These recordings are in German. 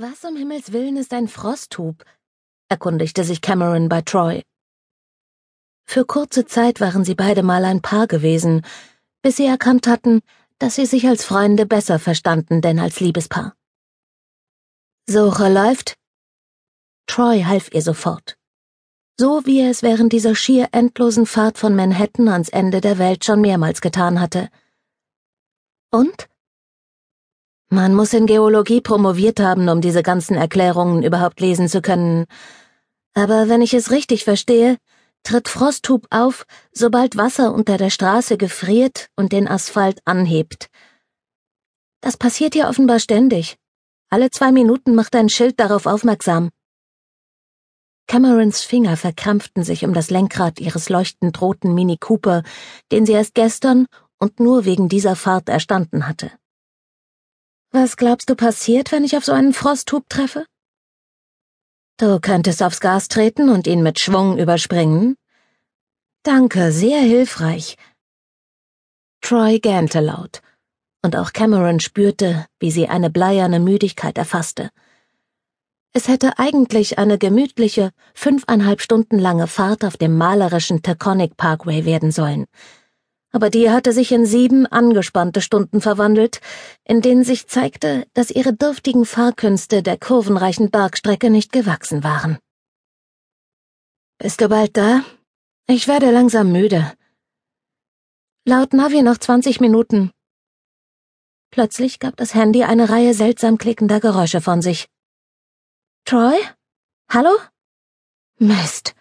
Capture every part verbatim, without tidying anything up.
Was um Himmels Willen ist ein Frosthub? Erkundigte sich Cameron bei Troy. Für kurze Zeit waren sie beide mal ein Paar gewesen, bis sie erkannt hatten, dass sie sich als Freunde besser verstanden denn als Liebespaar. Suche läuft. Troy half ihr sofort. So wie er es während dieser schier endlosen Fahrt von Manhattan ans Ende der Welt schon mehrmals getan hatte. Und? Man muss in Geologie promoviert haben, um diese ganzen Erklärungen überhaupt lesen zu können. Aber wenn ich es richtig verstehe, tritt Frosthub auf, sobald Wasser unter der Straße gefriert und den Asphalt anhebt. Das passiert hier offenbar ständig. Alle zwei Minuten macht ein Schild darauf aufmerksam. Camerons Finger verkrampften sich um das Lenkrad ihres leuchtend roten Mini Cooper, den sie erst gestern und nur wegen dieser Fahrt erstanden hatte. Was glaubst du passiert, wenn ich auf so einen Frosthub treffe? Du könntest aufs Gas treten und ihn mit Schwung überspringen. Danke, sehr hilfreich. Troy gähnte laut, und auch Cameron spürte, wie sie eine bleierne Müdigkeit erfasste. Es hätte eigentlich eine gemütliche, fünfeinhalb Stunden lange Fahrt auf dem malerischen Taconic Parkway werden sollen. Aber die hatte sich in sieben angespannte Stunden verwandelt, in denen sich zeigte, dass ihre dürftigen Fahrkünste der kurvenreichen Bergstrecke nicht gewachsen waren. Bist du bald da? Ich werde langsam müde. Laut Navi noch zwanzig Minuten. Plötzlich gab das Handy eine Reihe seltsam klickender Geräusche von sich. Troy? Hallo? Mist.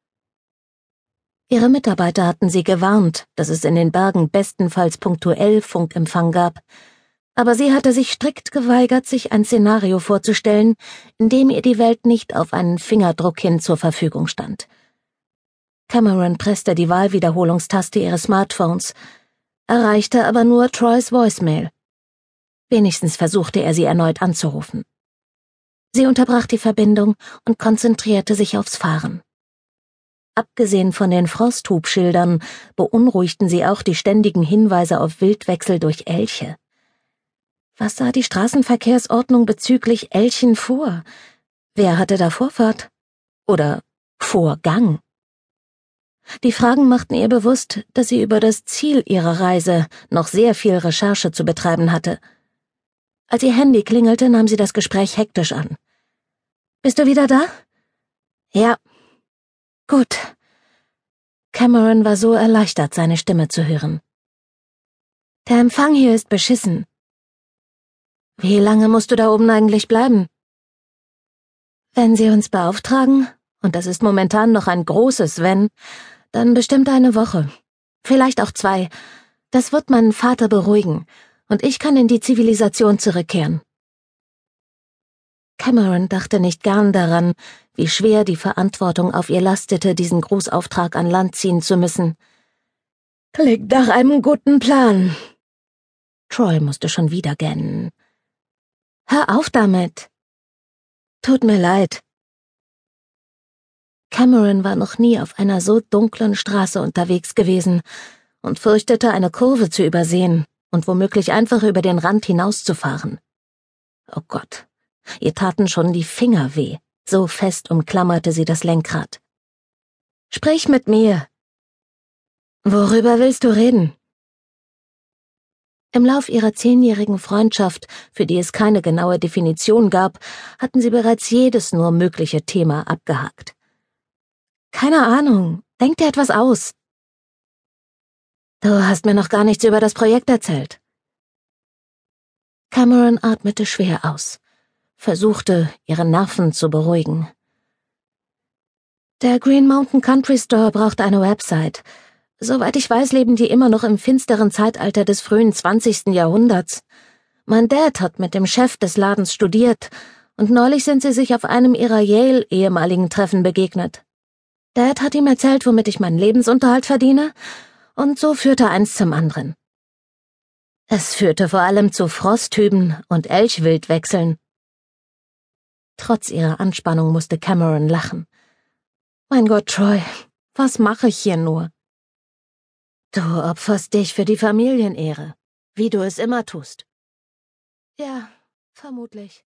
Ihre Mitarbeiter hatten sie gewarnt, dass es in den Bergen bestenfalls punktuell Funkempfang gab, aber sie hatte sich strikt geweigert, sich ein Szenario vorzustellen, in dem ihr die Welt nicht auf einen Fingerdruck hin zur Verfügung stand. Cameron presste die Wahlwiederholungstaste ihres Smartphones, erreichte aber nur Troys Voicemail. Wenigstens versuchte er sie erneut anzurufen. Sie unterbrach die Verbindung und konzentrierte sich aufs Fahren. Abgesehen von den Frosthubschildern beunruhigten sie auch die ständigen Hinweise auf Wildwechsel durch Elche. Was sah die Straßenverkehrsordnung bezüglich Elchen vor? Wer hatte da Vorfahrt? Oder Vorgang? Die Fragen machten ihr bewusst, dass sie über das Ziel ihrer Reise noch sehr viel Recherche zu betreiben hatte. Als ihr Handy klingelte, nahm sie das Gespräch hektisch an. »Bist du wieder da?« »Ja.« »Gut.« Cameron war so erleichtert, seine Stimme zu hören. »Der Empfang hier ist beschissen.« »Wie lange musst du da oben eigentlich bleiben?« »Wenn Sie uns beauftragen, und das ist momentan noch ein großes Wenn, dann bestimmt eine Woche. Vielleicht auch zwei. Das wird meinen Vater beruhigen, und ich kann in die Zivilisation zurückkehren.« Cameron dachte nicht gern daran, wie schwer die Verantwortung auf ihr lastete, diesen Großauftrag an Land ziehen zu müssen. »Klingt nach einem guten Plan.« Troy musste schon wieder gähnen. »Hör auf damit!« »Tut mir leid.« Cameron war noch nie auf einer so dunklen Straße unterwegs gewesen und fürchtete, eine Kurve zu übersehen und womöglich einfach über den Rand hinauszufahren. Oh Gott, ihr taten schon die Finger weh, so fest umklammerte sie das Lenkrad. »Sprich mit mir!« »Worüber willst du reden?« Im Lauf ihrer zehnjährigen Freundschaft, für die es keine genaue Definition gab, hatten sie bereits jedes nur mögliche Thema abgehakt. »Keine Ahnung, denk dir etwas aus.« »Du hast mir noch gar nichts über das Projekt erzählt.« Cameron atmete schwer aus, versuchte, ihre Nerven zu beruhigen. »Der Green Mountain Country Store braucht eine Website. Soweit ich weiß, leben die immer noch im finsteren Zeitalter des frühen zwanzigsten Jahrhunderts. Mein Dad hat mit dem Chef des Ladens studiert, und neulich sind sie sich auf einem ihrer Yale-ehemaligen Treffen begegnet. Dad hat ihm erzählt, womit ich meinen Lebensunterhalt verdiene, und so führte eins zum anderen. Es führte vor allem zu Frosthüben und Elchwildwechseln.« Trotz ihrer Anspannung musste Cameron lachen. »Mein Gott, Troy, was mache ich hier nur?« »Du opferst dich für die Familienehre, wie du es immer tust.« »Ja, vermutlich.«